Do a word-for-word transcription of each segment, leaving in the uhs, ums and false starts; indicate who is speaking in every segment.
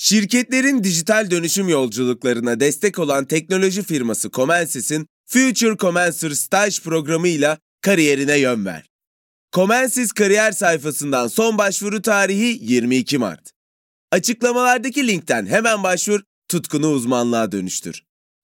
Speaker 1: Şirketlerin dijital dönüşüm yolculuklarına destek olan teknoloji firması Comensys'in Future Comencer Staj programıyla kariyerine yön ver. Comensys kariyer sayfasından son başvuru tarihi yirmi iki Mart. Açıklamalardaki linkten hemen başvur, tutkunu uzmanlığa dönüştür.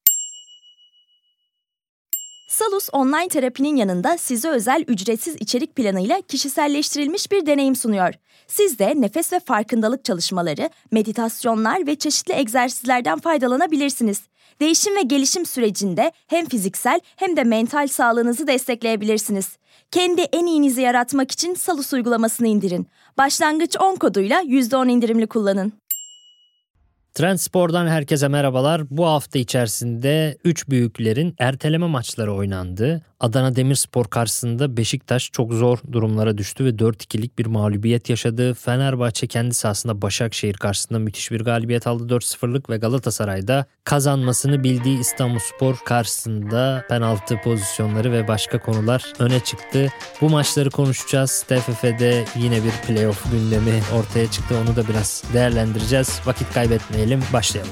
Speaker 2: Salus online terapinin yanında size özel ücretsiz içerik planıyla kişiselleştirilmiş bir deneyim sunuyor. Siz de nefes ve farkındalık çalışmaları, meditasyonlar ve çeşitli egzersizlerden faydalanabilirsiniz. Değişim ve gelişim sürecinde hem fiziksel hem de mental sağlığınızı destekleyebilirsiniz. Kendi en iyinizi yaratmak için Salus uygulamasını indirin. Başlangıç on koduyla yüzde on indirimli kullanın.
Speaker 3: Trendspor'dan herkese merhabalar. Bu hafta içerisinde üç büyüklerin erteleme maçları oynandı. Adana Demirspor karşısında Beşiktaş çok zor durumlara düştü ve dört ikilik bir mağlubiyet yaşadı. Fenerbahçe kendi sahasında Başakşehir karşısında müthiş bir galibiyet aldı, dört sıfırlık ve Galatasaray'da kazanmasını bildiği İstanbulspor karşısında penaltı pozisyonları ve başka konular öne çıktı. Bu maçları konuşacağız. T F F'de yine bir playoff gündemi ortaya çıktı. Onu da biraz değerlendireceğiz. Vakit kaybetmeyelim. Başlayalım.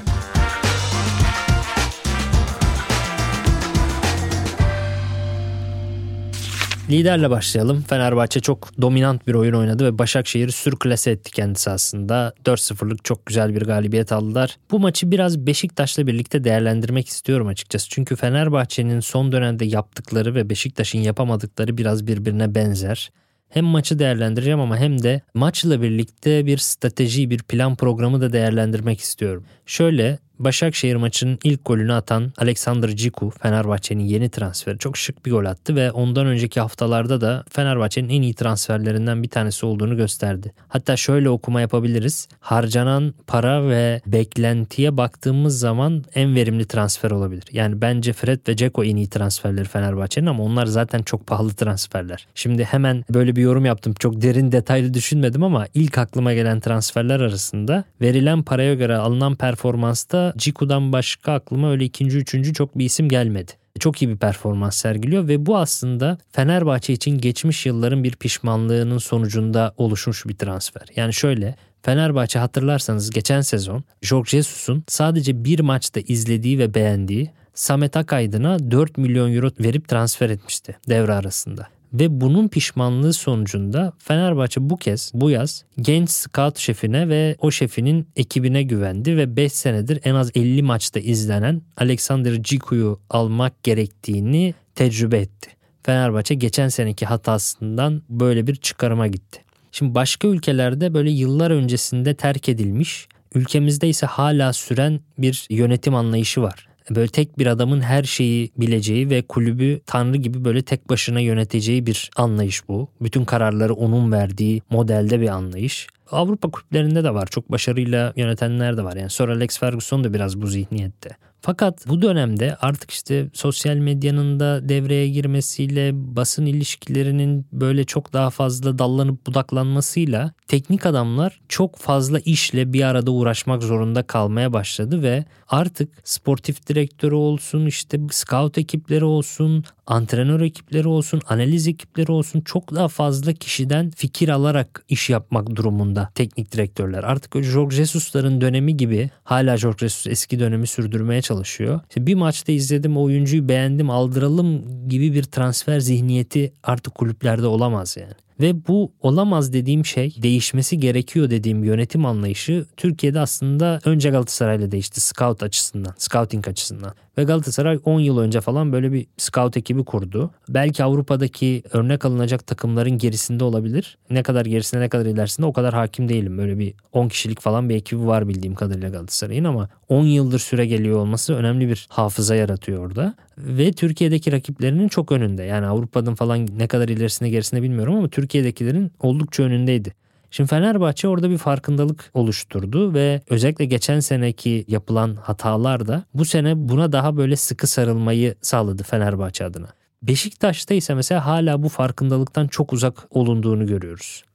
Speaker 3: Liderle başlayalım. Fenerbahçe çok dominant bir oyun oynadı ve Başakşehir'i sürklase etti kendisi aslında. dört sıfırlık çok güzel bir galibiyet aldılar. Bu maçı biraz Beşiktaş'la birlikte değerlendirmek istiyorum açıkçası. Çünkü Fenerbahçe'nin son dönemde yaptıkları ve Beşiktaş'ın yapamadıkları biraz birbirine benzer. Hem maçı değerlendireceğim ama hem de maçla birlikte bir strateji, bir plan programı da değerlendirmek istiyorum. Şöyle, Başakşehir maçının ilk golünü atan Alexander Ciku, Fenerbahçe'nin yeni transferi, çok şık bir gol attı ve ondan önceki haftalarda da Fenerbahçe'nin en iyi transferlerinden bir tanesi olduğunu gösterdi. Hatta şöyle okuma yapabiliriz. Harcanan para ve beklentiye baktığımız zaman en verimli transfer olabilir. Yani bence Fred ve Dzeko en iyi transferleri Fenerbahçe'nin ama onlar zaten çok pahalı transferler. Şimdi hemen böyle bir yorum yaptım. Çok derin detaylı düşünmedim ama ilk aklıma gelen transferler arasında verilen paraya göre alınan performansta Ciku'dan başka aklıma öyle ikinci, üçüncü çok bir isim gelmedi. Çok iyi bir performans sergiliyor ve bu aslında Fenerbahçe için geçmiş yılların bir pişmanlığının sonucunda oluşmuş bir transfer. Yani şöyle, Fenerbahçe hatırlarsanız geçen sezon Jorge Jesus'un sadece bir maçta izlediği ve beğendiği Samet Akaydın'a dört milyon euro verip transfer etmişti devre arasında. Ve bunun pişmanlığı sonucunda Fenerbahçe bu kez bu yaz genç scout şefine ve o şefinin ekibine güvendi ve beş senedir en az elli maçta izlenen Alexander Ciku'yu almak gerektiğini tecrübe etti. Fenerbahçe geçen seneki hatasından böyle bir çıkarıma gitti. Şimdi başka ülkelerde böyle yıllar öncesinde terk edilmiş, ülkemizde ise hala süren bir yönetim anlayışı var. Böyle tek bir adamın her şeyi bileceği ve kulübü tanrı gibi böyle tek başına yöneteceği bir anlayış bu. Bütün kararları onun verdiği modelde bir anlayış. Avrupa kulüplerinde de var. Çok başarıyla yönetenler de var. Yani Sir Alex Ferguson da biraz bu zihniyette. Fakat bu dönemde artık işte sosyal medyanın da devreye girmesiyle, basın ilişkilerinin böyle çok daha fazla dallanıp budaklanmasıyla teknik adamlar çok fazla işle bir arada uğraşmak zorunda kalmaya başladı ve artık sportif direktörü olsun, işte scout ekipleri olsun, antrenör ekipleri olsun, analiz ekipleri olsun çok daha fazla kişiden fikir alarak iş yapmak durumunda teknik direktörler. Artık o Jorge Jesus'ların dönemi gibi hala Jorge Jesus eski dönemi sürdürmeye çalışıyor. İşte bir maçta izledim, oyuncuyu beğendim, aldıralım gibi bir transfer zihniyeti artık kulüplerde olamaz yani. Ve bu olamaz dediğim şey, değişmesi gerekiyor dediğim yönetim anlayışı Türkiye'de aslında önce Galatasaray'la değişti scout açısından, scouting açısından. Ve Galatasaray on yıl önce falan böyle bir scout ekibi kurdu. Belki Avrupa'daki örnek alınacak takımların gerisinde olabilir. Ne kadar gerisinde ne kadar ilerisinde o kadar hakim değilim. Böyle bir on kişilik falan bir ekibi var bildiğim kadarıyla Galatasaray'ın ama on yıldır süre geliyor olması önemli bir hafıza yaratıyor orada. Ve Türkiye'deki rakiplerinin çok önünde. Yani Avrupa'nın falan ne kadar ilerisinde gerisinde bilmiyorum ama Türkiye'dekilerin oldukça önündeydi. Şimdi Fenerbahçe orada bir farkındalık oluşturdu ve özellikle geçen seneki yapılan hatalar da bu sene buna daha böyle sıkı sarılmayı sağladı Fenerbahçe adına. Beşiktaş'ta ise mesela hala bu farkındalıktan çok uzak olunduğunu görüyoruz.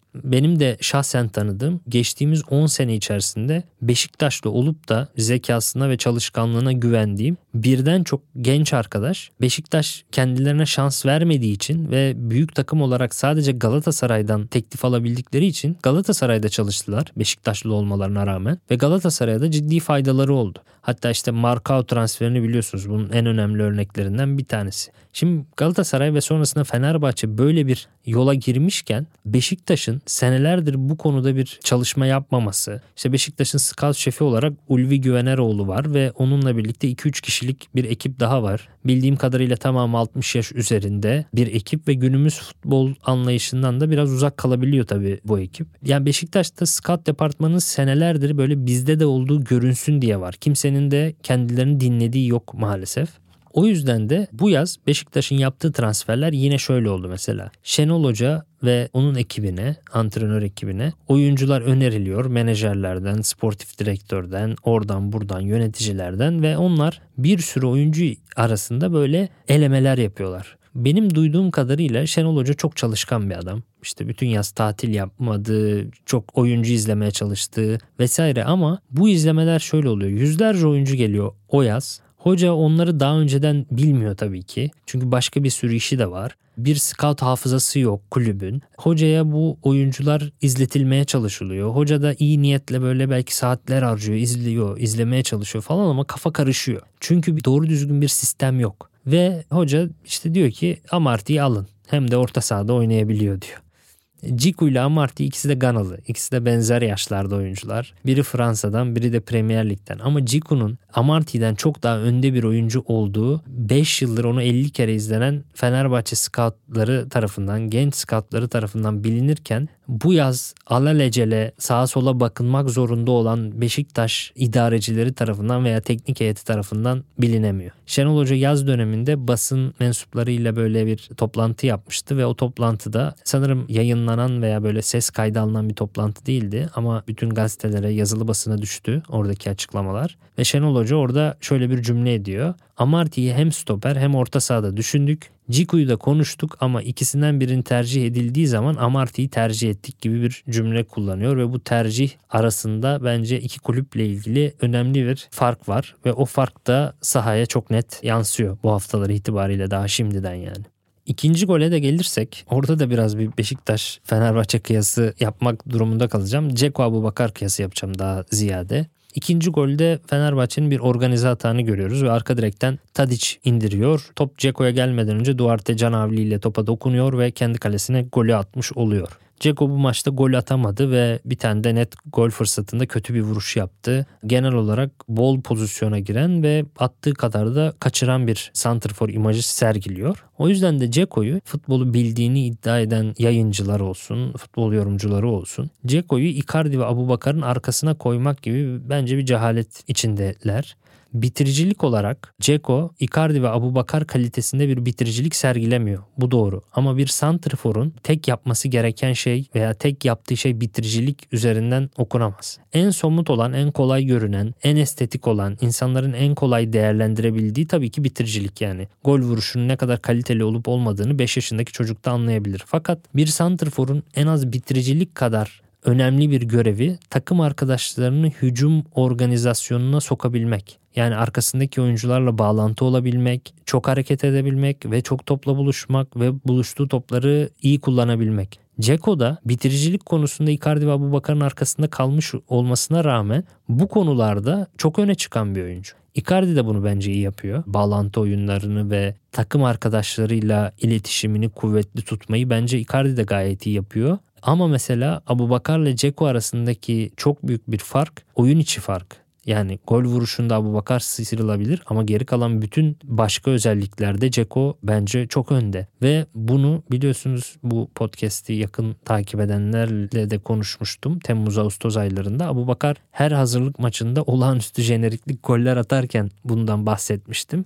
Speaker 3: Benim de şahsen tanıdığım geçtiğimiz on sene içerisinde Beşiktaşlı olup da zekasına ve çalışkanlığına güvendiğim birden çok genç arkadaş Beşiktaş kendilerine şans vermediği için ve büyük takım olarak sadece Galatasaray'dan teklif alabildikleri için Galatasaray'da çalıştılar Beşiktaşlı olmalarına rağmen ve Galatasaray'a da ciddi faydaları oldu. Hatta işte Marcao transferini biliyorsunuz, bunun en önemli örneklerinden bir tanesi. Şimdi Galatasaray ve sonrasında Fenerbahçe böyle bir yola girmişken Beşiktaş'ın senelerdir bu konuda bir çalışma yapmaması. İşte Beşiktaş'ın scout şefi olarak Ulvi Güveneroğlu var ve onunla birlikte iki üç kişilik bir ekip daha var. Bildiğim kadarıyla tamamı altmış yaş üzerinde bir ekip ve günümüz futbol anlayışından da biraz uzak kalabiliyor tabii bu ekip. Yani Beşiktaş'ta scout departmanının senelerdir böyle bizde de olduğu görünsün diye var. Kimsenin de kendilerini dinlediği yok maalesef. O yüzden de bu yaz Beşiktaş'ın yaptığı transferler yine şöyle oldu mesela. Şenol Hoca ve onun ekibine, antrenör ekibine oyuncular öneriliyor. Menajerlerden, sportif direktörden, oradan buradan yöneticilerden ve onlar bir sürü oyuncu arasında böyle elemeler yapıyorlar. Benim duyduğum kadarıyla Şenol Hoca çok çalışkan bir adam. İşte bütün yaz tatil yapmadı, çok oyuncu izlemeye çalıştı vesaire ama bu izlemeler şöyle oluyor. Yüzlerce oyuncu geliyor o yaz. Hoca onları daha önceden bilmiyor tabii ki. Çünkü başka bir sürü işi de var. Bir scout hafızası yok kulübün. Hocaya bu oyuncular izletilmeye çalışılıyor. Hoca da iyi niyetle böyle belki saatler harcıyor, izliyor, izlemeye çalışıyor falan ama kafa karışıyor. Çünkü doğru düzgün bir sistem yok. Ve hoca işte diyor ki Amarty'yi alın. Hem de orta sahada oynayabiliyor diyor. Ciku ile Amarty ikisi de Ganalı. İkisi de benzer yaşlarda oyuncular. Biri Fransa'dan, biri de Premier Lig'den. Ama Ciku'nun Amarty'den çok daha önde bir oyuncu olduğu beş yıldır onu elli kere izlenen Fenerbahçe scoutları tarafından, genç scoutları tarafından bilinirken bu yaz alelacele sağa sola bakınmak zorunda olan Beşiktaş idarecileri tarafından veya teknik heyeti tarafından bilinemiyor. Şenol Hoca yaz döneminde basın mensuplarıyla böyle bir toplantı yapmıştı ve o toplantıda sanırım yayınlanan veya böyle ses kaydı alınan bir toplantı değildi ama bütün gazetelere, yazılı basına düştü oradaki açıklamalar ve Şenol Hoca orada şöyle bir cümle ediyor. Amarty'yi hem stoper hem orta sahada düşündük. Ciku'yu da konuştuk ama ikisinden birinin tercih edildiği zaman Amarty'yi tercih ettik gibi bir cümle kullanıyor ve bu tercih arasında bence iki kulüple ilgili önemli bir fark var ve o fark da sahaya çok net yansıyor bu haftalar itibariyle daha şimdiden yani. İkinci gole de gelirsek orada da biraz bir Beşiktaş Fenerbahçe kıyası yapmak durumunda kalacağım. Dzeko Abubakar kıyası yapacağım daha ziyade. İkinci golde Fenerbahçe'nin bir organize hatanı görüyoruz ve arka direkten Tadic indiriyor. Top Dzeko'ya gelmeden önce Duarte Canavli ile topa dokunuyor ve kendi kalesine golü atmış oluyor. Dzeko bu maçta gol atamadı ve bir tane de net gol fırsatında kötü bir vuruş yaptı. Genel olarak bol pozisyona giren ve attığı kadar da kaçıran bir santrfor imajı sergiliyor. O yüzden de Dzeko'yu futbolu bildiğini iddia eden yayıncılar olsun, futbol yorumcuları olsun, Dzeko'yu Icardi ve Abubakar'ın arkasına koymak gibi bence bir cehalet içindeler. Bitiricilik olarak Dzeko, Icardi ve Abubakar kalitesinde bir bitiricilik sergilemiyor. Bu doğru. Ama bir santrforun tek yapması gereken şey veya tek yaptığı şey bitiricilik üzerinden okunamaz. En somut olan, en kolay görünen, en estetik olan, insanların en kolay değerlendirebildiği tabii ki bitiricilik yani. Gol vuruşunun ne kadar kaliteli olup olmadığını beş yaşındaki çocuk da anlayabilir. Fakat bir santrforun en az bitiricilik kadar önemli bir görevi takım arkadaşlarını hücum organizasyonuna sokabilmek. Yani arkasındaki oyuncularla bağlantı olabilmek, çok hareket edebilmek ve çok topla buluşmak ve buluştuğu topları iyi kullanabilmek. Dzeko da bitiricilik konusunda Icardi ve Abubakar'ın arkasında kalmış olmasına rağmen bu konularda çok öne çıkan bir oyuncu. Icardi de bunu bence iyi yapıyor. Bağlantı oyunlarını ve takım arkadaşlarıyla iletişimini kuvvetli tutmayı bence Icardi de gayet iyi yapıyor. Ama mesela Abubakar ile Dzeko arasındaki çok büyük bir fark oyun içi fark. Yani gol vuruşunda Abubakar sıyrılabilir ama geri kalan bütün başka özelliklerde Dzeko bence çok önde. Ve bunu biliyorsunuz bu podcast'i yakın takip edenlerle de konuşmuştum. Temmuz-Ağustos aylarında Abubakar her hazırlık maçında olağanüstü jeneriklik goller atarken bundan bahsetmiştim.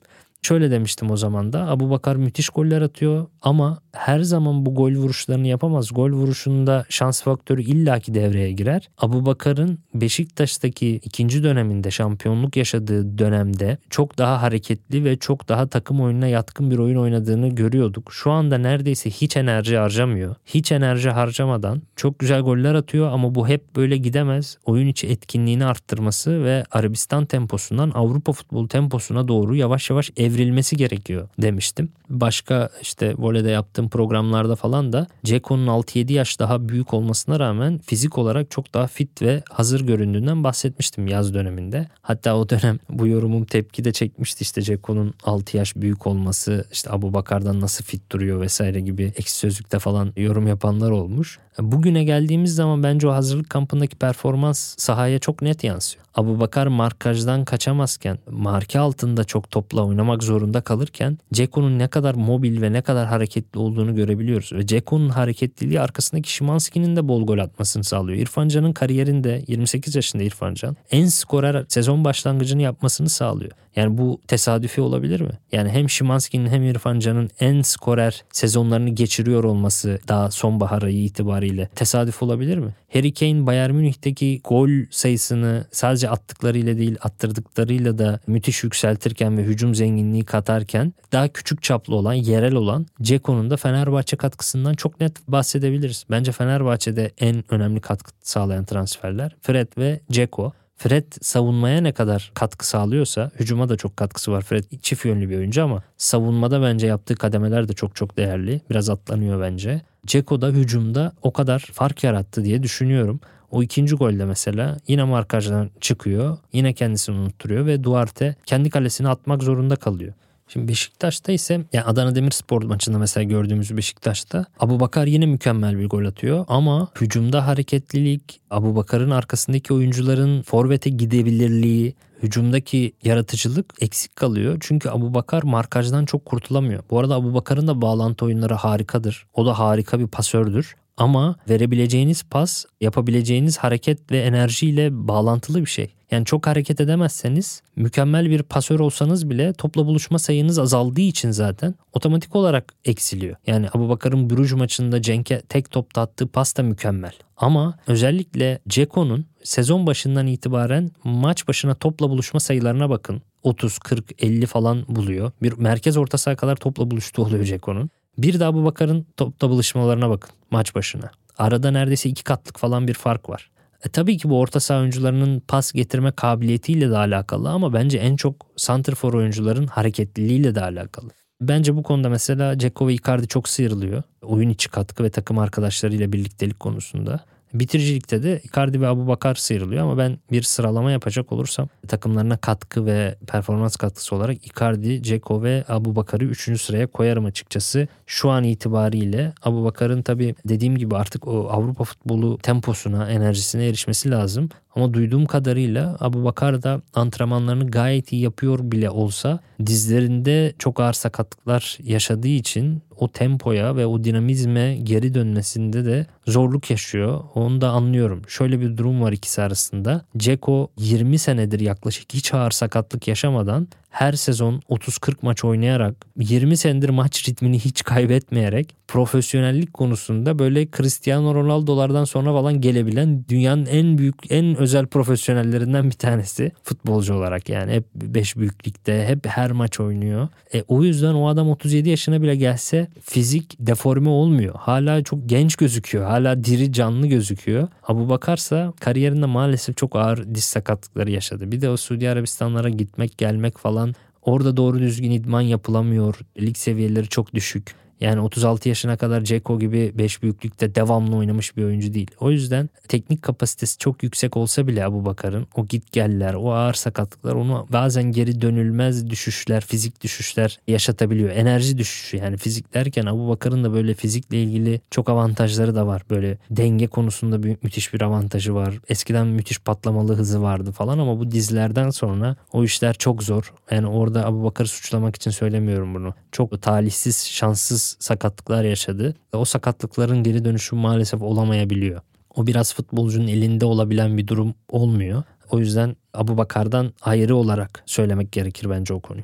Speaker 3: Şöyle demiştim o zaman da, Abubakar müthiş goller atıyor ama her zaman bu gol vuruşlarını yapamaz. Gol vuruşunda şans faktörü illaki devreye girer. Abubakar'ın Beşiktaş'taki ikinci döneminde, şampiyonluk yaşadığı dönemde çok daha hareketli ve çok daha takım oyununa yatkın bir oyun oynadığını görüyorduk. Şu anda neredeyse hiç enerji harcamıyor. Hiç enerji harcamadan çok güzel goller atıyor ama bu hep böyle gidemez. Oyun içi etkinliğini arttırması ve Arabistan temposundan Avrupa futbolu temposuna doğru yavaş yavaş evrilmesi gerekiyor demiştim. Başka işte voleyde yaptığım programlarda falan da Dzeko'nun altı yedi yaş daha büyük olmasına rağmen fizik olarak çok daha fit ve hazır göründüğünden bahsetmiştim yaz döneminde. Hatta o dönem bu yorumum tepki de çekmişti, işte Dzeko'nun altı yaş büyük olması, işte Abubakar'dan nasıl fit duruyor vesaire gibi Ekşi Sözlük'te falan yorum yapanlar olmuş. Bugüne geldiğimiz zaman bence o hazırlık kampındaki performans sahaya çok net yansıyor. Abubakar markajdan kaçamazken, marke altında çok topla oynamak zorunda kalırken Dzeko'nun ne kadar mobil ve ne kadar hareketli olduğunu görebiliyoruz. Ve Dzeko'nun hareketliliği arkasındaki Szymański'nin de bol gol atmasını sağlıyor. İrfan Can'ın kariyerinde, yirmi sekiz yaşında İrfan Can, en skorer sezon başlangıcını yapmasını sağlıyor. Yani bu tesadüfi olabilir mi? Yani hem Szymański'nin hem İrfan Can'ın en skorer sezonlarını geçiriyor olması daha sonbahar ayı itibariyle tesadüf olabilir mi? Harry Kane Bayern Münih'teki gol sayısını sadece attıklarıyla değil, attırdıklarıyla da müthiş yükseltirken ve hücum zenginliği katarken daha küçük çaplı olan, yerel olan Dzeko'nun da Fenerbahçe katkısından çok net bahsedebiliriz. Bence Fenerbahçe'de en önemli katkı sağlayan transferler Fred ve Dzeko. Fred savunmaya ne kadar katkı sağlıyorsa, hücuma da çok katkısı var. Fred çift yönlü bir oyuncu ama savunmada bence yaptığı kademeler de çok çok değerli. Biraz atlanıyor bence. Dzeko da hücumda o kadar fark yarattı diye düşünüyorum. O ikinci golde mesela yine markajdan çıkıyor, yine kendisini unutturuyor ve Duarte kendi kalesine atmak zorunda kalıyor. Şimdi Beşiktaş'ta ise, yani Adana Demirspor maçında mesela gördüğümüz Beşiktaş'ta Abubakar yine mükemmel bir gol atıyor ama hücumda hareketlilik, Abubakar'ın arkasındaki oyuncuların forvete gidebilirliği, hücumdaki yaratıcılık eksik kalıyor. Çünkü Abubakar markajdan çok kurtulamıyor. Bu arada Abubakar'ın da bağlantı oyunları harikadır. O da harika bir pasördür. Ama verebileceğiniz pas, yapabileceğiniz hareket ve enerjiyle bağlantılı bir şey. Yani çok hareket edemezseniz, mükemmel bir pasör olsanız bile topla buluşma sayınız azaldığı için zaten otomatik olarak eksiliyor. Yani Abubakar'ın Bruges maçında Cenk'e tek topta attığı pas da mükemmel. Ama özellikle Dzeko'nun sezon başından itibaren maç başına topla buluşma sayılarına bakın. otuz, kırk, elli falan buluyor. Bir merkez orta saha kadar topla buluştuğu oluyor Dzeko'nun. Bir de Abubakar'ın topla buluşmalarına bakın maç başına. Arada neredeyse iki katlık falan bir fark var. E tabii ki bu orta saha oyuncularının pas getirme kabiliyetiyle de alakalı ama bence en çok santrfor oyuncuların hareketliliğiyle de alakalı. Bence bu konuda mesela Dzeko ve Icardi çok sıyrılıyor. Oyun içi katkı ve takım arkadaşlarıyla birliktelik konusunda. Bitiricilikte de Icardi ve Abubakar sıyrılıyor ama ben bir sıralama yapacak olursam takımlarına katkı ve performans katkısı olarak Icardi, Dzeko ve Abubakar'ı üçüncü sıraya koyarım açıkçası. Şu an itibariyle Abubakar'ın tabii dediğim gibi artık o Avrupa futbolu temposuna, enerjisine erişmesi lazım. Ama duyduğum kadarıyla Abubakar da antrenmanlarını gayet iyi yapıyor bile olsa dizlerinde çok ağır sakatlıklar yaşadığı için o tempoya ve o dinamizme geri dönmesinde de zorluk yaşıyor. Onu da anlıyorum. Şöyle bir durum var ikisi arasında. Dzeko yirmi senedir yaklaşık hiç ağır sakatlık yaşamadan her sezon otuz kırk maç oynayarak, yirmi senedir maç ritmini hiç kaybetmeyerek profesyonellik konusunda böyle Cristiano Ronaldo'lardan sonra falan gelebilen dünyanın en büyük, en özel profesyonellerinden bir tanesi futbolcu olarak. Yani hep beş büyük ligde, hep her maç oynuyor. E, o yüzden o adam otuz yedi yaşına bile gelse fizik deforme olmuyor. Hala çok genç gözüküyor. Hala diri, canlı gözüküyor. Abubakarsa kariyerinde maalesef çok ağır diz sakatlıkları yaşadı. Bir de o Suudi Arabistanlara gitmek gelmek falan, orada doğru düzgün idman yapılamıyor. Lig seviyeleri çok düşük. Yani otuz altı yaşına kadar Dzeko gibi beş büyüklükte devamlı oynamış bir oyuncu değil. O yüzden teknik kapasitesi çok yüksek olsa bile Abubakar'ın o gitgeller, o ağır sakatlıklar onu bazen geri dönülmez düşüşler, fizik düşüşler yaşatabiliyor. Enerji düşüşü, yani fizik derken Abubakar'ın da böyle fizikle ilgili çok avantajları da var. Böyle denge konusunda bir, müthiş bir avantajı var. Eskiden müthiş patlamalı hızı vardı falan ama bu dizlerden sonra o işler çok zor. Yani orada Abubakar'ı suçlamak için söylemiyorum bunu. Çok talihsiz, şanssız sakatlıklar yaşadı. O sakatlıkların geri dönüşü maalesef olamayabiliyor. O biraz futbolcunun elinde olabilen bir durum olmuyor. O yüzden Abubakar'dan ayrı olarak söylemek gerekir bence o konuyu.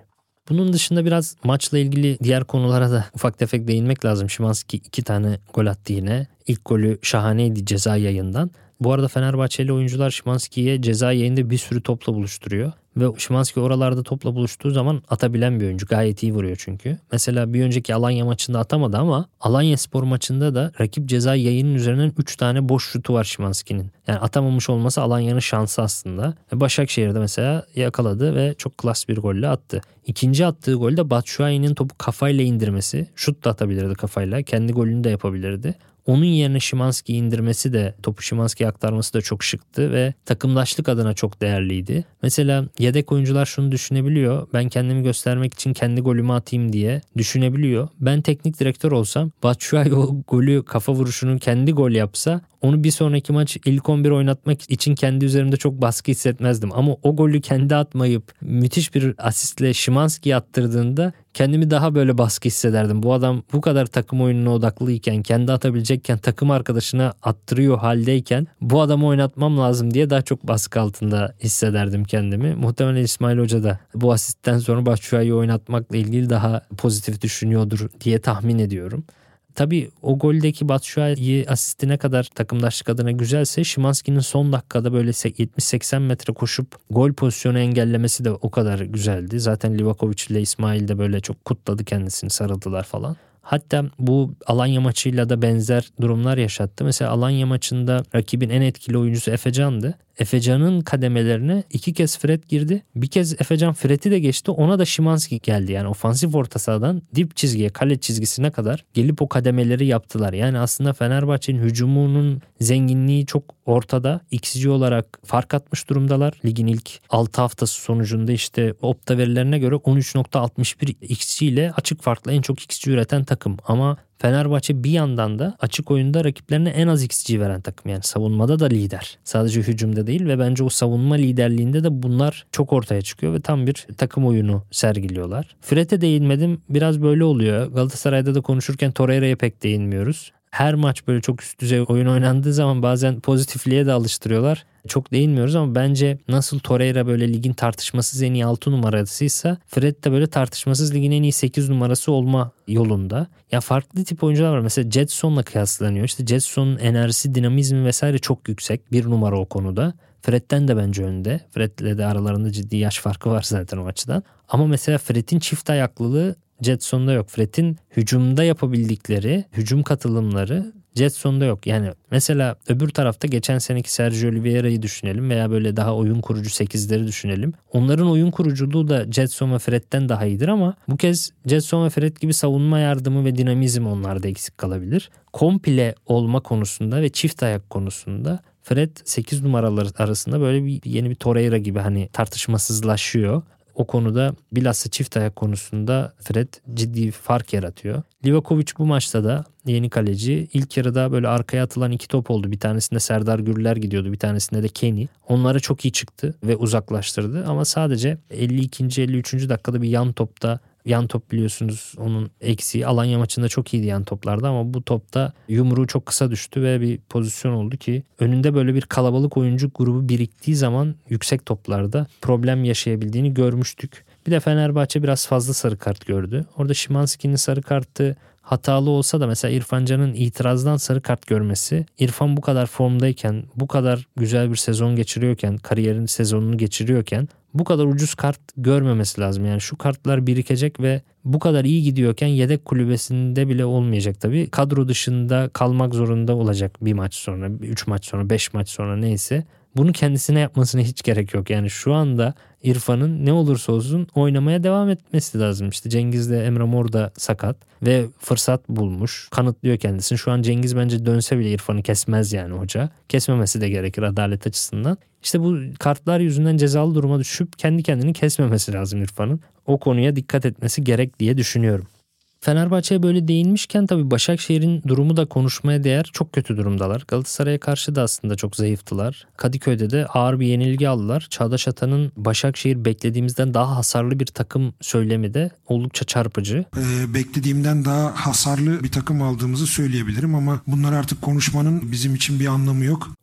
Speaker 3: Bunun dışında biraz maçla ilgili diğer konulara da ufak tefek değinmek lazım. Szymański iki tane gol attı yine. İlk golü şahaneydi ceza yayından. Bu arada Fenerbahçeli oyuncular Szymański'ye ceza yayında bir sürü topla buluşturuyor. Ve Szymański oralarda topla buluştuğu zaman atabilen bir oyuncu. Gayet iyi vuruyor çünkü. Mesela bir önceki Alanya maçında atamadı ama Alanyaspor maçında da rakip ceza yayının üzerinden üç tane boş şutu var Szymański'nin. Yani atamamış olması Alanya'nın şansı aslında. Ve Başakşehir'de mesela yakaladı ve çok klas bir golle attı. İkinci attığı golde Batshuayi'nin topu kafayla indirmesi. Şut da atabilirdi kafayla. Kendi golünü de yapabilirdi. Onun yerine Szymański'yi indirmesi de, topu Szymański'ye aktarması da çok şıktı ve takımdaşlık adına çok değerliydi. Mesela yedek oyuncular şunu düşünebiliyor. Ben kendimi göstermek için kendi golümü atayım diye düşünebiliyor. Ben teknik direktör olsam Batshuayi o golü, kafa vuruşunu kendi gol yapsa onu bir sonraki maç ilk on bir oynatmak için kendi üzerimde çok baskı hissetmezdim. Ama o golü kendi atmayıp müthiş bir asistle Szymański'ye attırdığında kendimi daha böyle baskı hissederdim. Bu adam bu kadar takım oyununa odaklıyken, kendi atabilecekken, takım arkadaşına attırıyor haldeyken bu adamı oynatmam lazım diye daha çok baskı altında hissederdim kendimi. Muhtemelen İsmail Hoca da bu asistten sonra Batshuayi'yi oynatmakla ilgili daha pozitif düşünüyordur diye tahmin ediyorum. Tabii o goldeki Batshuayi asisti ne kadar takımdaşlık adına güzelse Szymański'nin son dakikada böyle yetmiş seksen metre koşup gol pozisyonu engellemesi de o kadar güzeldi. Zaten Livakovic ile İsmail de böyle çok kutladı kendisini, sarıldılar falan. Hatta bu Alanya maçıyla da benzer durumlar yaşattı. Mesela Alanya maçında rakibin en etkili oyuncusu Efecan'dı. Efecan'ın kademelerine iki kez Fred girdi. Bir kez Efecan Fred'i de geçti. Ona da Szymański geldi. Yani ofansif orta sahadan dip çizgiye, kale çizgisine kadar gelip o kademeleri yaptılar. Yani aslında Fenerbahçe'nin hücumunun zenginliği çok ortada. X G olarak fark atmış durumdalar. Ligin ilk altı haftası sonucunda işte Opta verilerine göre on üç nokta altmış bir X G ile açık farkla en çok X G üreten takım. Ama Fenerbahçe bir yandan da açık oyunda rakiplerine en az X G veren takım. Yani savunmada da lider. Sadece hücumda değil ve bence o savunma liderliğinde de bunlar çok ortaya çıkıyor ve tam bir takım oyunu sergiliyorlar. Fred'e değinmedim. Biraz böyle oluyor. Galatasaray'da da konuşurken Torreira'ya pek değinmiyoruz. Her maç böyle çok üst düzey oyun oynandığı zaman bazen pozitifliğe de alıştırıyorlar. Çok değinmiyoruz ama bence nasıl Torreira böyle ligin tartışmasız en iyi altı numarasıysa Fred de böyle tartışmasız ligin en iyi sekiz numarası olma yolunda. Ya farklı tip oyuncular var. Mesela Jetson'la kıyaslanıyor. İşte Jetson'un enerjisi, dinamizmi vesaire çok yüksek. Bir numara o konuda. Fred'den de bence önde. Fred'le de aralarında ciddi yaş farkı var zaten o açıdan. Ama mesela Fred'in çift ayaklılığı Jetson'da yok. Fred'in hücumda yapabildikleri, hücum katılımları Jetson'da yok. Yani mesela öbür tarafta geçen seneki Sergio Oliveira'yı düşünelim veya böyle daha oyun kurucu sekizleri düşünelim. Onların oyun kuruculuğu da Jetson ve Fred'den daha iyidir ama bu kez Jetson ve Fred gibi savunma yardımı ve dinamizm onlarda eksik kalabilir. Komple olma konusunda ve çift ayak konusunda Fred sekiz numaralar arasında böyle bir yeni bir Torreira gibi hani tartışmasızlaşıyor. O konuda bilhassa çift ayak konusunda Fred ciddi fark yaratıyor. Livakovic bu maçta da yeni kaleci. İlk yarıda böyle arkaya atılan iki top oldu. Bir tanesinde Serdar Gürler gidiyordu. Bir tanesinde de Kenny. Onlara çok iyi çıktı ve uzaklaştırdı. Ama sadece elli ikinci elli üçüncü dakikada bir yan topta, yan top biliyorsunuz onun eksiği. Alanya maçında çok iyiydi yan toplarda ama bu topta yumruğu çok kısa düştü ve bir pozisyon oldu ki önünde böyle bir kalabalık oyuncu grubu biriktiği zaman yüksek toplarda problem yaşayabildiğini görmüştük. Bir de Fenerbahçe biraz fazla sarı kart gördü. Orada Szymański'nin sarı kartı hatalı olsa da mesela İrfan Can'ın itirazdan sarı kart görmesi, İrfan bu kadar formdayken, bu kadar güzel bir sezon geçiriyorken, kariyerin sezonunu geçiriyorken bu kadar ucuz kart görmemesi lazım. Yani şu kartlar birikecek ve bu kadar iyi gidiyorken yedek kulübesinde bile olmayacak tabii. Kadro dışında kalmak zorunda olacak bir maç sonra, üç maç sonra, beş maç sonra neyse. Bunu kendisine yapmasına hiç gerek yok. Yani şu anda İrfan'ın ne olursa olsun oynamaya devam etmesi lazım. İşte Cengiz de Emre Mor da sakat ve fırsat bulmuş. Kanıtlıyor kendisini. Şu an Cengiz bence dönse bile İrfan'ı kesmez yani hoca. Kesmemesi de gerekir adalet açısından. İşte bu kartlar yüzünden cezalı duruma düşüp kendi kendini kesmemesi lazım İrfan'ın. O konuya dikkat etmesi gerek diye düşünüyorum. Fenerbahçe'ye böyle değinmişken tabii Başakşehir'in durumu da konuşmaya değer, çok kötü durumdalar. Galatasaray'a karşı da aslında çok zayıftılar. Kadıköy'de de ağır bir yenilgi aldılar. Çağdaş Atan'ın Başakşehir beklediğimizden daha hasarlı bir takım söylemi de oldukça çarpıcı.
Speaker 4: Ee, beklediğimden daha hasarlı bir takım aldığımızı söyleyebilirim ama bunlar artık konuşmanın bizim için bir anlamı yok.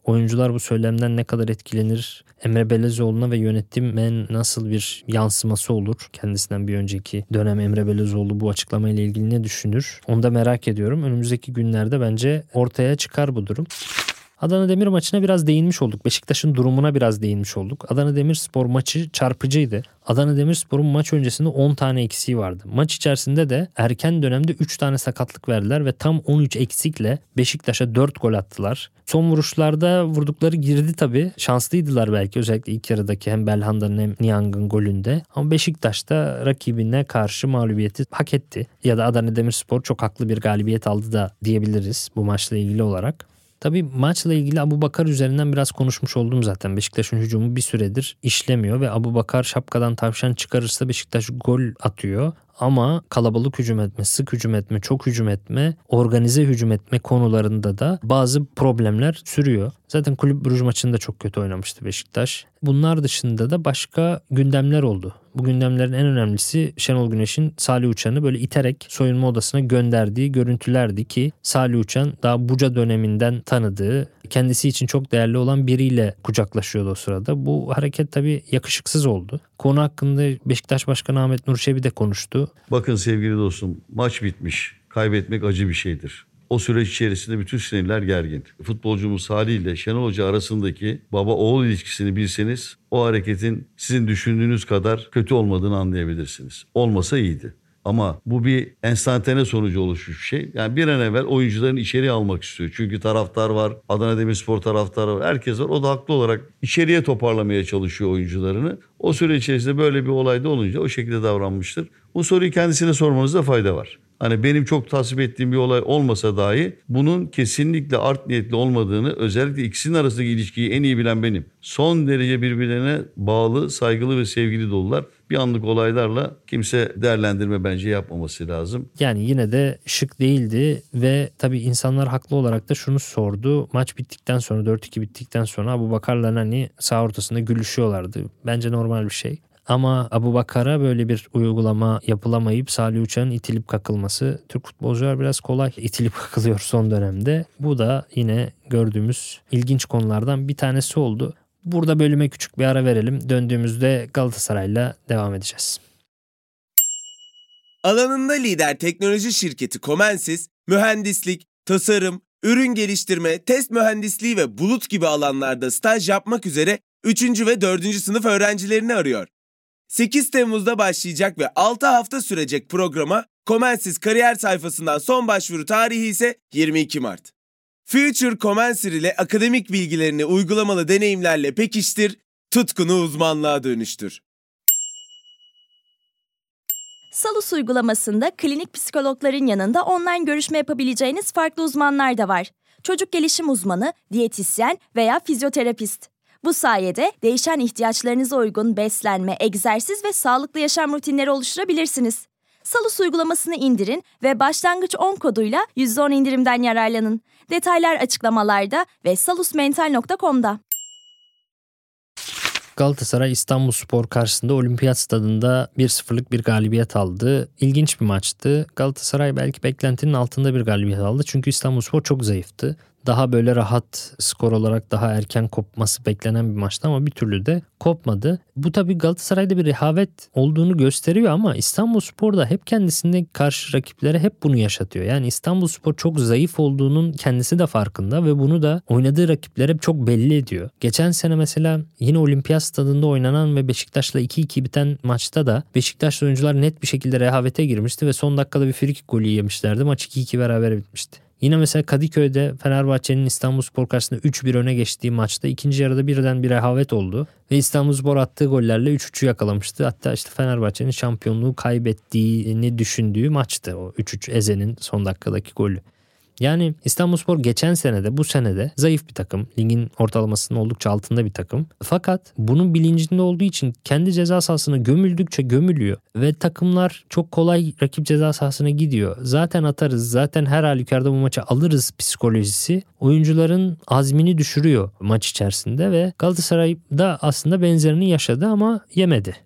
Speaker 3: oyuncular bu söylemden ne kadar etkilenir? Emre Belezoğlu'na ve yönetime nasıl bir yansıması olur? Kendisinden bir önceki dönem Emre Belezoğlu bu açıklamayla ilgili ne düşünür? Onu da merak ediyorum. Önümüzdeki günlerde bence ortaya çıkar bu durum. Adana Demir maçına biraz değinmiş olduk. Beşiktaş'ın durumuna biraz değinmiş olduk. Adana Demirspor maçı çarpıcıydı. Adana Demirspor'un maç öncesinde on tane eksiği vardı. Maç içerisinde de erken dönemde üç tane sakatlık verdiler ve tam on üç eksikle Beşiktaş'a dört gol attılar. Son vuruşlarda vurdukları girdi tabii. Şanslıydılar belki özellikle ilk yarıdaki hem Belhanda'nın hem Niang'ın golünde. Ama Beşiktaş da rakibine karşı mağlubiyeti hak etti. Ya da Adana Demirspor çok haklı bir galibiyet aldı da diyebiliriz bu maçla ilgili olarak. Tabii maçla ilgili Abubakar üzerinden biraz konuşmuş oldum zaten. Beşiktaş'ın hücumu bir süredir işlemiyor ve Abubakar şapkadan tavşan çıkarırsa Beşiktaş gol atıyor. Ama kalabalık hücum etme, sık hücum etme, çok hücum etme, organize hücum etme konularında da bazı problemler sürüyor. Zaten Kulüp Brugge maçında çok kötü oynamıştı Beşiktaş. Bunlar dışında da başka gündemler oldu. Bu gündemlerin en önemlisi Şenol Güneş'in Salih Uçan'ı böyle iterek soyunma odasına gönderdiği görüntülerdi ki Salih Uçan daha Buca döneminden tanıdığı, kendisi için çok değerli olan biriyle kucaklaşıyordu o sırada. Bu hareket tabii yakışıksız oldu. Konu hakkında Beşiktaş Başkanı Ahmet Nur Çebi de konuştu.
Speaker 4: Bakın sevgili dostum, maç bitmiş. Kaybetmek acı bir şeydir. O süreç içerisinde bütün sinirler gergin. Futbolcumuz Salih ile Şenol Hoca arasındaki baba-oğul ilişkisini bilseniz o hareketin sizin düşündüğünüz kadar kötü olmadığını anlayabilirsiniz. Olmasa iyiydi. Ama bu bir enstantane sonucu oluşmuş bir şey. Yani bir an evvel oyuncuların içeriye almak istiyor. Çünkü taraftar var, Adana Demirspor taraftarı var, herkes var. O da haklı olarak içeriye toparlamaya çalışıyor oyuncularını. O süre içerisinde böyle bir olayda olunca o şekilde davranmıştır. Bu soruyu kendisine sormanızda fayda var. Hani benim çok tasvip ettiğim bir olay olmasa dahi bunun kesinlikle art niyetli olmadığını, özellikle ikisinin arasındaki ilişkiyi en iyi bilen benim. Son derece birbirlerine bağlı, saygılı ve sevgili dolular. Bir anlık olaylarla kimse değerlendirme bence yapmaması lazım.
Speaker 3: Yani yine de şık değildi ve tabii insanlar haklı olarak da şunu sordu. Maç bittikten sonra dört iki bittikten sonra Abubakar'la Nani sağ ortasında gülüşüyorlardı. Bence normal bir şey. Ama Abubakar'a böyle bir uygulama yapılamayıp Salih Uçan'ın itilip kakılması, Türk futbolcular biraz kolay itilip kakılıyor son dönemde. Bu da yine gördüğümüz ilginç konulardan bir tanesi oldu. Burada bölüme küçük bir ara verelim. Döndüğümüzde Galatasaray'la devam edeceğiz.
Speaker 1: Alanında lider teknoloji şirketi Comensis, mühendislik, tasarım, ürün geliştirme, test mühendisliği ve bulut gibi alanlarda staj yapmak üzere üçüncü ve dördüncü sınıf öğrencilerini arıyor. sekiz Temmuz'da başlayacak ve altı hafta sürecek programa Comensis kariyer sayfasından son başvuru tarihi ise yirmi iki Mart. Future Comensir ile akademik bilgilerini uygulamalı deneyimlerle pekiştir, tutkunu uzmanlığa dönüştür.
Speaker 2: Salus uygulamasında klinik psikologların yanında online görüşme yapabileceğiniz farklı uzmanlar da var. Çocuk gelişim uzmanı, diyetisyen veya fizyoterapist. Bu sayede değişen ihtiyaçlarınıza uygun beslenme, egzersiz ve sağlıklı yaşam rutinleri oluşturabilirsiniz. Salus uygulamasını indirin ve başlangıç on koduyla yüzde on indirimden yararlanın. Detaylar açıklamalarda ve salusmental nokta com'da.
Speaker 3: Galatasaray İstanbulspor karşısında Olimpiyat Stadında bir sıfırlık bir galibiyet aldı. İlginç bir maçtı. Galatasaray belki beklentinin altında bir galibiyet aldı. Çünkü İstanbulspor çok zayıftı. Daha böyle rahat skor olarak daha erken kopması beklenen bir maçtı ama bir türlü de kopmadı. Bu tabii Galatasaray'da bir rehavet olduğunu gösteriyor ama İstanbulspor da hep kendisine karşı rakiplere hep bunu yaşatıyor. Yani İstanbulspor çok zayıf olduğunun kendisi de farkında ve bunu da oynadığı rakiplere çok belli ediyor. Geçen sene mesela yine Olimpiyat Stadında oynanan ve Beşiktaş'la iki iki biten maçta da Beşiktaşlı oyuncular net bir şekilde rehavete girmişti ve son dakikada bir frikik golü yemişlerdi. Maç iki iki berabere bitmişti. Yine mesela Kadıköy'de Fenerbahçe'nin İstanbulspor karşısında üç bir öne geçtiği maçta ikinci yarıda birden bir rehavet oldu. Ve İstanbulspor attığı gollerle üç üçü yakalamıştı. Hatta işte Fenerbahçe'nin şampiyonluğu kaybettiğini düşündüğü maçtı o üç üç Eze'nin son dakikadaki golü. Yani İstanbulspor geçen sene de bu sene de zayıf bir takım. Ligin ortalamasının oldukça altında bir takım. Fakat bunun bilincinde olduğu için kendi ceza sahasına gömüldükçe gömülüyor. Ve takımlar çok kolay rakip ceza sahasına gidiyor. Zaten atarız, zaten her halükarda bu maçı alırız psikolojisi oyuncuların azmini düşürüyor maç içerisinde ve Galatasaray da aslında benzerini yaşadı ama yemedi.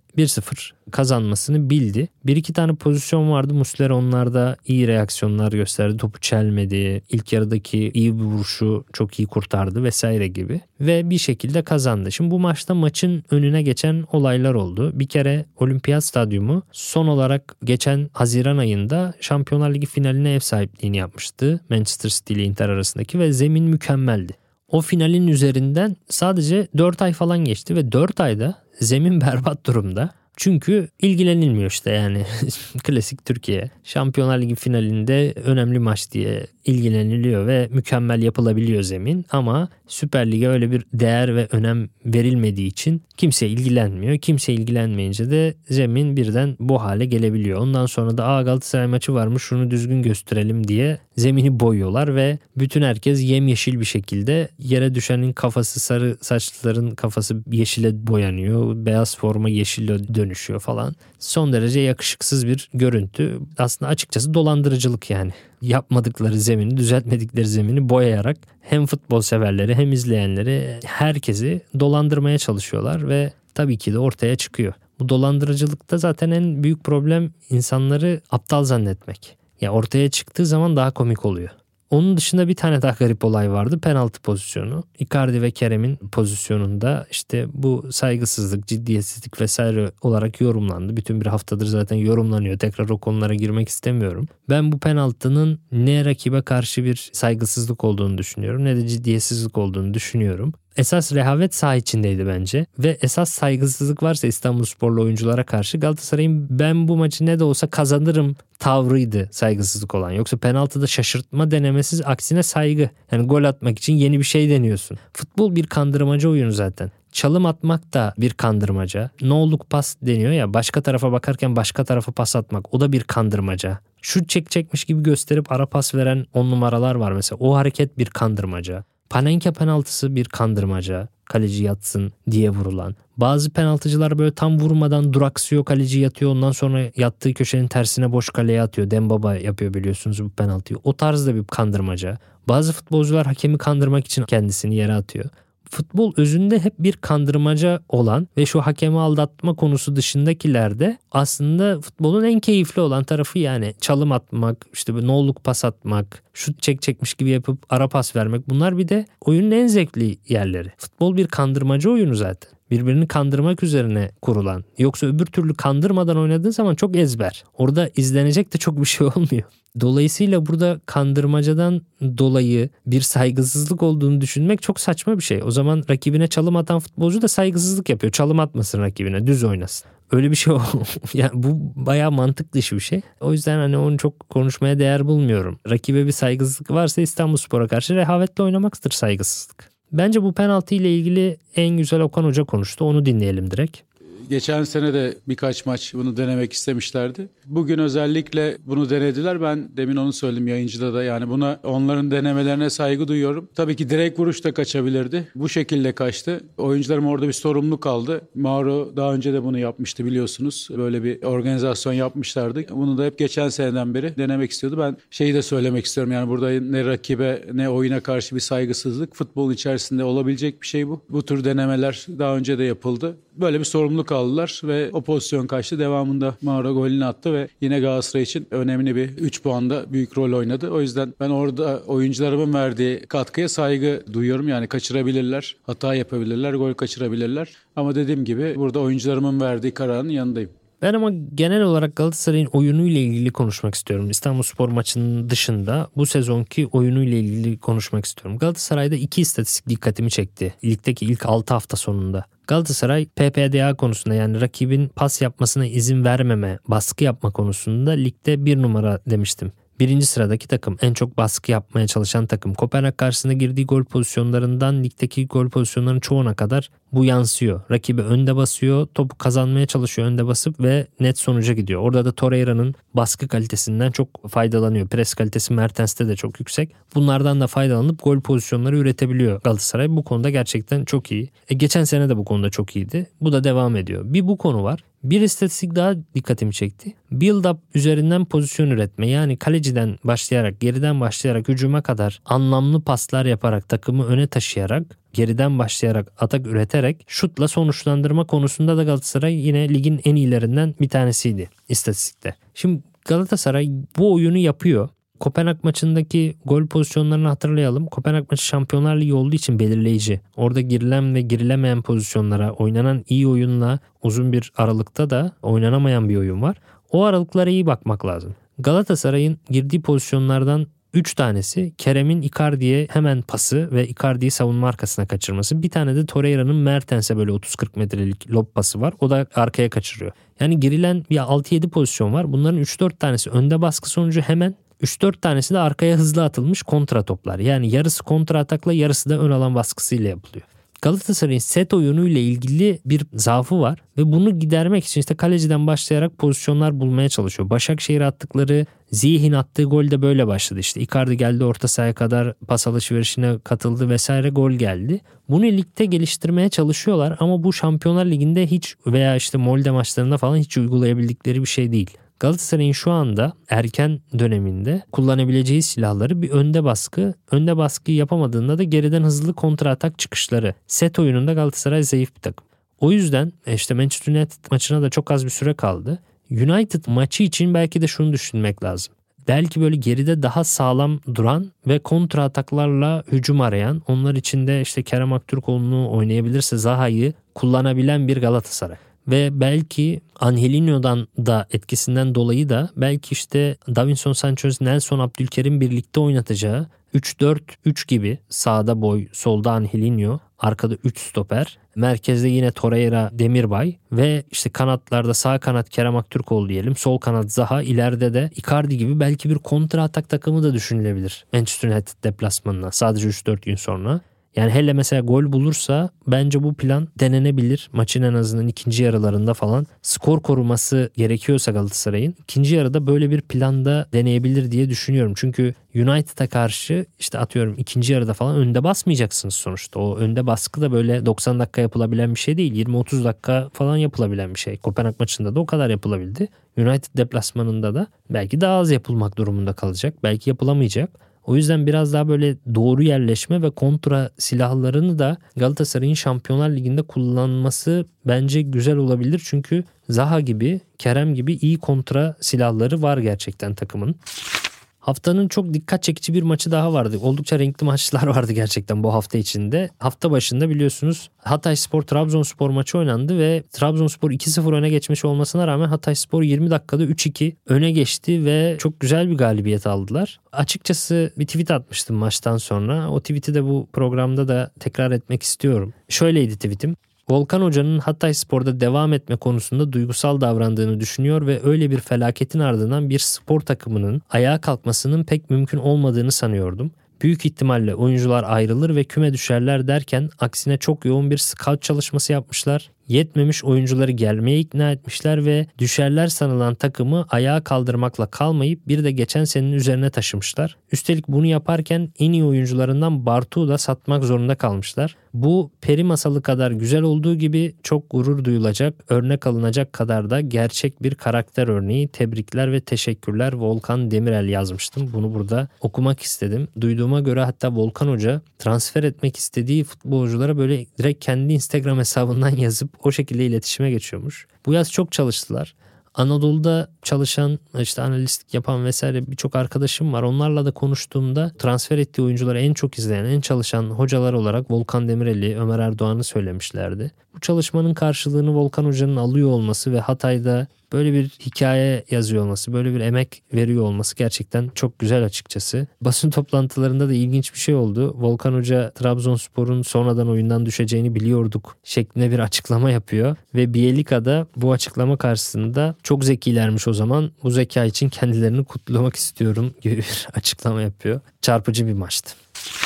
Speaker 3: bir sıfır kazanmasını bildi. Bir iki tane pozisyon vardı. Muslera onlarda iyi reaksiyonlar gösterdi. Topu çelmedi. İlk yarıdaki iyi bir vuruşu çok iyi kurtardı vesaire gibi. Ve bir şekilde kazandı. Şimdi bu maçta maçın önüne geçen olaylar oldu. Bir kere Olimpiyat Stadyumu son olarak geçen Haziran ayında Şampiyonlar Ligi finaline ev sahipliğini yapmıştı. Manchester City ile Inter arasındaki ve zemin mükemmeldi. O finalin üzerinden sadece dört ay falan geçti ve dört ayda zemin berbat durumda. Çünkü ilgilenilmiyor işte yani klasik Türkiye. Şampiyonlar Ligi finalinde önemli maç diye ilgileniliyor ve mükemmel yapılabiliyor zemin. Ama Süper Lig'e öyle bir değer ve önem verilmediği için kimse ilgilenmiyor. Kimse ilgilenmeyince de zemin birden bu hale gelebiliyor. Ondan sonra da Aa, Galatasaray maçı varmış şunu düzgün gösterelim diye zemini boyuyorlar ve bütün herkes yemyeşil bir şekilde yere düşenin kafası sarı, saçlıların kafası yeşile boyanıyor. Beyaz forma yeşile dönüşüyor falan. Son derece yakışıksız bir görüntü. Aslında açıkçası dolandırıcılık yani. Yapmadıkları zemini, düzeltmedikleri zemini boyayarak hem futbol severleri hem izleyenleri herkesi dolandırmaya çalışıyorlar ve tabii ki de ortaya çıkıyor. Bu dolandırıcılıkta zaten en büyük problem insanları aptal zannetmek. Ya ortaya çıktığı zaman daha komik oluyor. Onun dışında bir tane daha garip olay vardı. Penaltı pozisyonu. Icardi ve Kerem'in pozisyonunda işte bu saygısızlık, ciddiyetsizlik vesaire olarak yorumlandı. Bütün bir haftadır zaten yorumlanıyor. Tekrar o konulara girmek istemiyorum. Ben bu penaltının ne rakibe karşı bir saygısızlık olduğunu düşünüyorum ne de ciddiyetsizlik olduğunu düşünüyorum. Esas rehavet saha içindeydi bence ve esas saygısızlık varsa İstanbulsporlu oyunculara karşı Galatasaray'ın ben bu maçı ne de olsa kazanırım tavrıydı saygısızlık olan. Yoksa penaltıda şaşırtma denemesiz aksine saygı. Yani gol atmak için yeni bir şey deniyorsun. Futbol bir kandırmaca oyunu zaten. Çalım atmak da bir kandırmaca. No look pas deniyor ya başka tarafa bakarken başka tarafa pas atmak o da bir kandırmaca. Şut çekecekmiş gibi gösterip ara pas veren on numaralar var mesela o hareket bir kandırmaca. Panenka penaltısı bir kandırmaca. Kaleci yatsın diye vurulan. Bazı penaltıcılar böyle tam vurmadan duraksıyor, kaleci yatıyor. Ondan sonra yattığı köşenin tersine boş kaleye atıyor. Dembaba yapıyor biliyorsunuz bu penaltıyı. O tarzda bir kandırmaca. Bazı futbolcular hakemi kandırmak için kendisini yere atıyor. Futbol özünde hep bir kandırmaca olan ve şu hakemi aldatma konusu dışındakilerde aslında futbolun en keyifli olan tarafı yani çalım atmak, işte no look pas atmak, şut çekecekmiş gibi yapıp ara pas vermek bunlar bir de oyunun en zevkli yerleri. Futbol bir kandırmaca oyunu zaten. Birbirini kandırmak üzerine kurulan. Yoksa öbür türlü kandırmadan oynadığın zaman çok ezber. Orada izlenecek de çok bir şey olmuyor. Dolayısıyla burada kandırmacadan dolayı bir saygısızlık olduğunu düşünmek çok saçma bir şey. O zaman rakibine çalım atan futbolcu da saygısızlık yapıyor. Çalım atmasın rakibine, düz oynasın. Öyle bir şey yani bu bayağı mantık dışı bir şey. O yüzden hani onu çok konuşmaya değer bulmuyorum. Rakibe bir saygısızlık varsa İstanbulspor'a karşı rehavetle oynamaktır saygısızlık. Bence bu penaltı ile ilgili en güzel Okan Hoca konuştu. Onu dinleyelim direkt.
Speaker 5: Geçen sene de birkaç maç bunu denemek istemişlerdi. Bugün özellikle bunu denediler. Ben demin onu söyledim yayıncıda da. Yani buna onların denemelerine saygı duyuyorum. Tabii ki direkt vuruş da kaçabilirdi. Bu şekilde kaçtı. Oyuncularım orada bir sorumluluk aldı. Mauro daha önce de bunu yapmıştı biliyorsunuz. Böyle bir organizasyon yapmışlardı. Bunu da hep geçen seneden beri denemek istiyordu. Ben şeyi de söylemek istiyorum. Yani burada ne rakibe ne oyuna karşı bir saygısızlık. Futbol içerisinde olabilecek bir şey bu. Bu tür denemeler daha önce de yapıldı. Böyle bir sorumluluk aldılar ve o pozisyon kaçtı. Devamında Mauro golünü attı ve yine Galatasaray için önemli bir üç puanda büyük rol oynadı. O yüzden ben orada oyuncularımın verdiği katkıya saygı duyuyorum. Yani kaçırabilirler, hata yapabilirler, gol kaçırabilirler. Ama dediğim gibi burada oyuncularımın verdiği kararın yanındayım.
Speaker 3: Ben ama genel olarak Galatasaray'ın oyunuyla ilgili konuşmak istiyorum. İstanbulspor maçının dışında bu sezonki oyunuyla ilgili konuşmak istiyorum. Galatasaray'da iki istatistik dikkatimi çekti. Ligdeki ilk altı hafta sonunda. Galatasaray P P D A konusunda yani rakibin pas yapmasına izin vermeme, baskı yapma konusunda ligde bir numara demiştim. Birinci sıradaki takım, en çok baskı yapmaya çalışan takım. Kopenhag karşısında girdiği gol pozisyonlarından ligdeki gol pozisyonlarının çoğuna kadar bu yansıyor. Rakibi önde basıyor, topu kazanmaya çalışıyor önde basıp ve net sonuca gidiyor. Orada da Torreira'nın baskı kalitesinden çok faydalanıyor. Pres kalitesi Mertens'te de çok yüksek. Bunlardan da faydalanıp gol pozisyonları üretebiliyor Galatasaray. Bu konuda gerçekten çok iyi. E, geçen sene de bu konuda çok iyiydi. Bu da devam ediyor. Bir bu konu var. Bir istatistik daha dikkatimi çekti. Build up üzerinden pozisyon üretme, yani kaleciden başlayarak, geriden başlayarak hücuma kadar anlamlı paslar yaparak, takımı öne taşıyarak, geriden başlayarak, atak üreterek şutla sonuçlandırma konusunda da Galatasaray yine ligin en iyilerinden bir tanesiydi istatistikte. Şimdi Galatasaray bu oyunu yapıyor. Kopenhag maçındaki gol pozisyonlarını hatırlayalım. Kopenhag maçı Şampiyonlar Ligi olduğu için belirleyici. Orada girilen ve girilemeyen pozisyonlara, oynanan iyi oyunla uzun bir aralıkta da oynanamayan bir oyun var. O aralıklara iyi bakmak lazım. Galatasaray'ın girdiği pozisyonlardan üç tanesi Kerem'in Icardi'ye hemen pası ve Icardi'yi savunma arkasına kaçırması. Bir tane de Torreira'nın Mertens'e böyle otuz kırk metrelik lob pası var. O da arkaya kaçırıyor. Yani girilen bir altı yedi pozisyon var. Bunların üç dört tanesi önde baskı sonucu hemen, üç dört tanesi de arkaya hızlı atılmış kontra toplar. Yani yarısı kontra atakla, yarısı da ön alan baskısıyla yapılıyor. Galatasaray'ın set oyunuyla ilgili bir zaafı var ve bunu gidermek için işte kaleciden başlayarak pozisyonlar bulmaya çalışıyor. Başakşehir'e attıkları, Ziyech'in attığı gol de böyle başladı. İşte Icardi geldi, orta sahaya kadar pas alışverişine katıldı vesaire, gol geldi. Bunu ligde geliştirmeye çalışıyorlar ama bu Şampiyonlar Ligi'nde hiç veya işte Molde maçlarında falan hiç uygulayabildikleri bir şey değil. Galatasaray'ın şu anda erken döneminde kullanabileceği silahları bir önde baskı. Önde baskıyı yapamadığında da geriden hızlı kontra atak çıkışları. Set oyununda Galatasaray zayıf bir takım. O yüzden işte Manchester United maçına da çok az bir süre kaldı. United maçı için belki de şunu düşünmek lazım. Belki böyle geride daha sağlam duran ve kontra ataklarla hücum arayan, onlar için de işte Kerem Aktürkoğlu'nu oynayabilirse Zaha'yı kullanabilen bir Galatasaray. Ve belki Angelinho'dan da etkisinden dolayı da belki işte Davinson Sanchez, Nelson Abdülkerim birlikte oynatacağı üç dört üç gibi, sağda boy, solda Angelinho, arkada üç stoper, merkezde yine Torreira, Demirbay ve işte kanatlarda sağ kanat Kerem Aktürkoğlu diyelim, sol kanat Zaha, ileride de Icardi gibi belki bir kontra atak takımı da düşünülebilir Manchester United deplasmanına sadece üç dört gün sonra. Yani hele mesela gol bulursa bence bu plan denenebilir. Maçın en azından ikinci yarılarında falan skor koruması gerekiyorsa Galatasaray'ın ikinci yarıda böyle bir planda deneyebilir diye düşünüyorum. Çünkü United'a karşı işte atıyorum ikinci yarıda falan önde basmayacaksınız sonuçta. O önde baskı da böyle doksan dakika yapılabilen bir şey değil. yirmi otuz dakika falan yapılabilen bir şey. Kopenhag maçında da o kadar yapılabildi. United deplasmanında da belki daha az yapılmak durumunda kalacak. Belki yapılamayacak. O yüzden biraz daha böyle doğru yerleşme ve kontra silahlarını da Galatasaray'ın Şampiyonlar Ligi'nde kullanması bence güzel olabilir. Çünkü Zaha gibi, Kerem gibi iyi kontra silahları var gerçekten takımın. Haftanın çok dikkat çekici bir maçı daha vardı. Oldukça renkli maçlar vardı gerçekten bu hafta içinde. Hafta başında biliyorsunuz Hatayspor Trabzonspor maçı oynandı ve Trabzonspor iki sıfır öne geçmiş olmasına rağmen Hatayspor yirmi dakikada üç iki öne geçti ve çok güzel bir galibiyet aldılar. Açıkçası bir tweet atmıştım maçtan sonra. O tweet'i de bu programda da tekrar etmek istiyorum. Şöyleydi tweetim. Volkan Hoca'nın Hatayspor'da devam etme konusunda duygusal davrandığını düşünüyor ve öyle bir felaketin ardından bir spor takımının ayağa kalkmasının pek mümkün olmadığını sanıyordum. Büyük ihtimalle oyuncular ayrılır ve küme düşerler derken aksine çok yoğun bir scout çalışması yapmışlar. Yetmemiş oyuncuları gelmeye ikna etmişler ve düşerler sanılan takımı ayağa kaldırmakla kalmayıp bir de geçen senenin üzerine taşımışlar. Üstelik bunu yaparken en iyi oyuncularından Bartu'yu da satmak zorunda kalmışlar. Bu peri masalı kadar güzel olduğu gibi çok gurur duyulacak, örnek alınacak kadar da gerçek bir karakter örneği. Tebrikler ve teşekkürler Volkan Demirel yazmıştım. Bunu burada okumak istedim. Duyduğuma göre hatta Volkan Hoca transfer etmek istediği futbolculara böyle direkt kendi Instagram hesabından yazıp o şekilde iletişime geçiyormuş. Bu yaz çok çalıştılar. Anadolu'da çalışan, işte analistlik yapan vesaire birçok arkadaşım var. Onlarla da konuştuğumda transfer ettiği oyuncuları en çok izleyen, en çalışan hocalar olarak Volkan Demirel'i, Ömer Erdoğan'ı söylemişlerdi. Bu çalışmanın karşılığını Volkan Hoca'nın alıyor olması ve Hatay'da böyle bir hikaye yazıyor olması, böyle bir emek veriyor olması gerçekten çok güzel açıkçası. Basın toplantılarında da ilginç bir şey oldu. Volkan Hoca Trabzonspor'un sonradan oyundan düşeceğini biliyorduk şeklinde bir açıklama yapıyor. Ve Bielika'da bu açıklama karşısında çok zekilermiş o zaman. Bu zeka için kendilerini kutlamak istiyorum gibi bir açıklama yapıyor. Çarpıcı bir maçtı.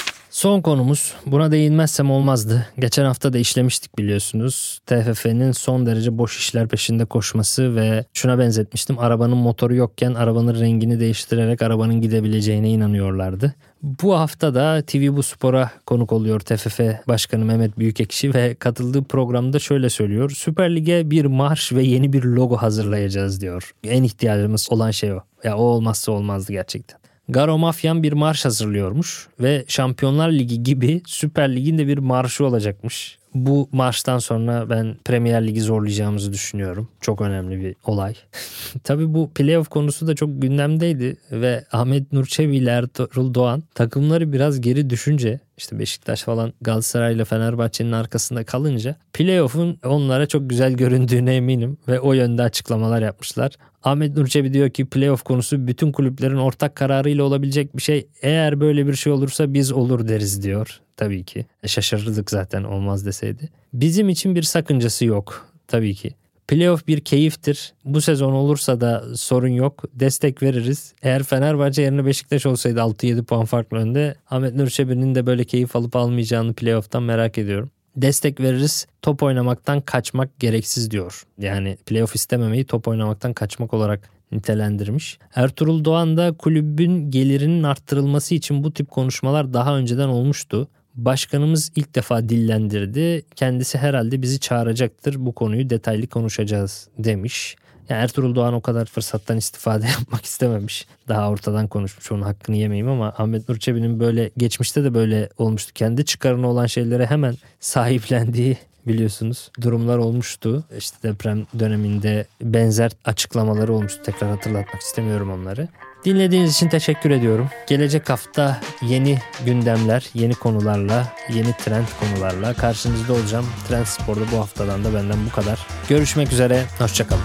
Speaker 3: Son konumuz, buna değinmezsem olmazdı. Geçen hafta da işlemiştik biliyorsunuz. T F F'nin son derece boş işler peşinde koşması ve şuna benzetmiştim. Arabanın motoru yokken arabanın rengini değiştirerek arabanın gidebileceğine inanıyorlardı. Bu hafta da T V Bu Spor'a konuk oluyor T F F Başkanı Mehmet Büyükekşi ve katıldığı programda şöyle söylüyor. Süper Lig'e bir marş ve yeni bir logo hazırlayacağız diyor. En ihtiyacımız olan şey o. Ya o olmazsa olmazdı gerçekten. Garo Mafyan bir marş hazırlıyormuş ve Şampiyonlar Ligi gibi Süper Lig'in de bir marşı olacakmış. Bu marştan sonra ben Premier Lig'i zorlayacağımızı düşünüyorum. Çok önemli bir olay. Tabii bu playoff konusu da çok gündemdeydi ve Ahmet Nur Çebi ile Ertuğrul Doğan takımları biraz geri düşünce, işte Beşiktaş falan Galatasaray ile Fenerbahçe'nin arkasında kalınca playoff'un onlara çok güzel göründüğüne eminim ve o yönde açıklamalar yapmışlar. Ahmet Nur Çebi diyor ki playoff konusu bütün kulüplerin ortak kararıyla olabilecek bir şey. Eğer böyle bir şey olursa biz olur deriz diyor. Tabii ki. E şaşırırdık zaten olmaz deseydi. Bizim için bir sakıncası yok. Tabii ki. Playoff bir keyiftir. Bu sezon olursa da sorun yok. Destek veririz. Eğer Fenerbahçe yerine Beşiktaş olsaydı altı yedi puan farklı önde, Ahmet Nur Çebi'nin de böyle keyif alıp almayacağını playoff'tan merak ediyorum. Destek veririz. Top oynamaktan kaçmak gereksiz diyor. Yani playoff istememeyi top oynamaktan kaçmak olarak nitelendirmiş. Ertuğrul Doğan da kulübün gelirinin arttırılması için bu tip konuşmalar daha önceden olmuştu. Başkanımız ilk defa dillendirdi. Kendisi herhalde bizi çağıracaktır. Bu konuyu detaylı konuşacağız demiş. Yani Ertuğrul Doğan o kadar fırsattan istifade yapmak istememiş. Daha ortadan konuşmuş, onun hakkını yemeyeyim ama Ahmet Nur Çebi'nin böyle geçmişte de böyle olmuştu. Kendi çıkarına olan şeylere hemen sahiplendiği biliyorsunuz durumlar olmuştu. İşte deprem döneminde benzer açıklamaları olmuştu. Tekrar hatırlatmak istemiyorum onları. Dinlediğiniz için teşekkür ediyorum. Gelecek hafta yeni gündemler, yeni konularla, yeni trend konularla karşınızda olacağım. Trend Spor'da bu haftadan da benden bu kadar. Görüşmek üzere, hoşçakalın.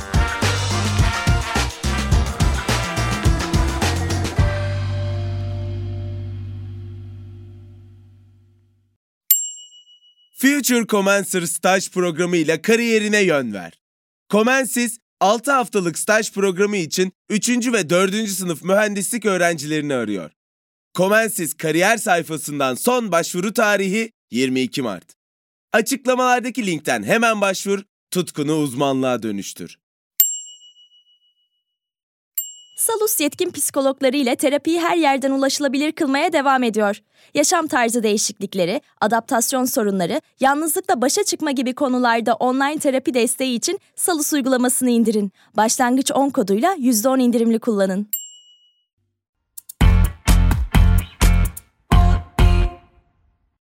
Speaker 1: Future Commencer staj programı ile kariyerine yön ver. Comensis, altı haftalık staj programı için üçüncü ve dördüncü sınıf mühendislik öğrencilerini arıyor. Comensis kariyer sayfasından son başvuru tarihi yirmi iki Mart. Açıklamalardaki linkten hemen başvur, tutkunu uzmanlığa dönüştür.
Speaker 2: Salus yetkin psikologları ile terapiyi her yerden ulaşılabilir kılmaya devam ediyor. Yaşam tarzı değişiklikleri, adaptasyon sorunları, yalnızlıkla başa çıkma gibi konularda online terapi desteği için Salus uygulamasını indirin. Başlangıç on koduyla yüzde on indirimli kullanın.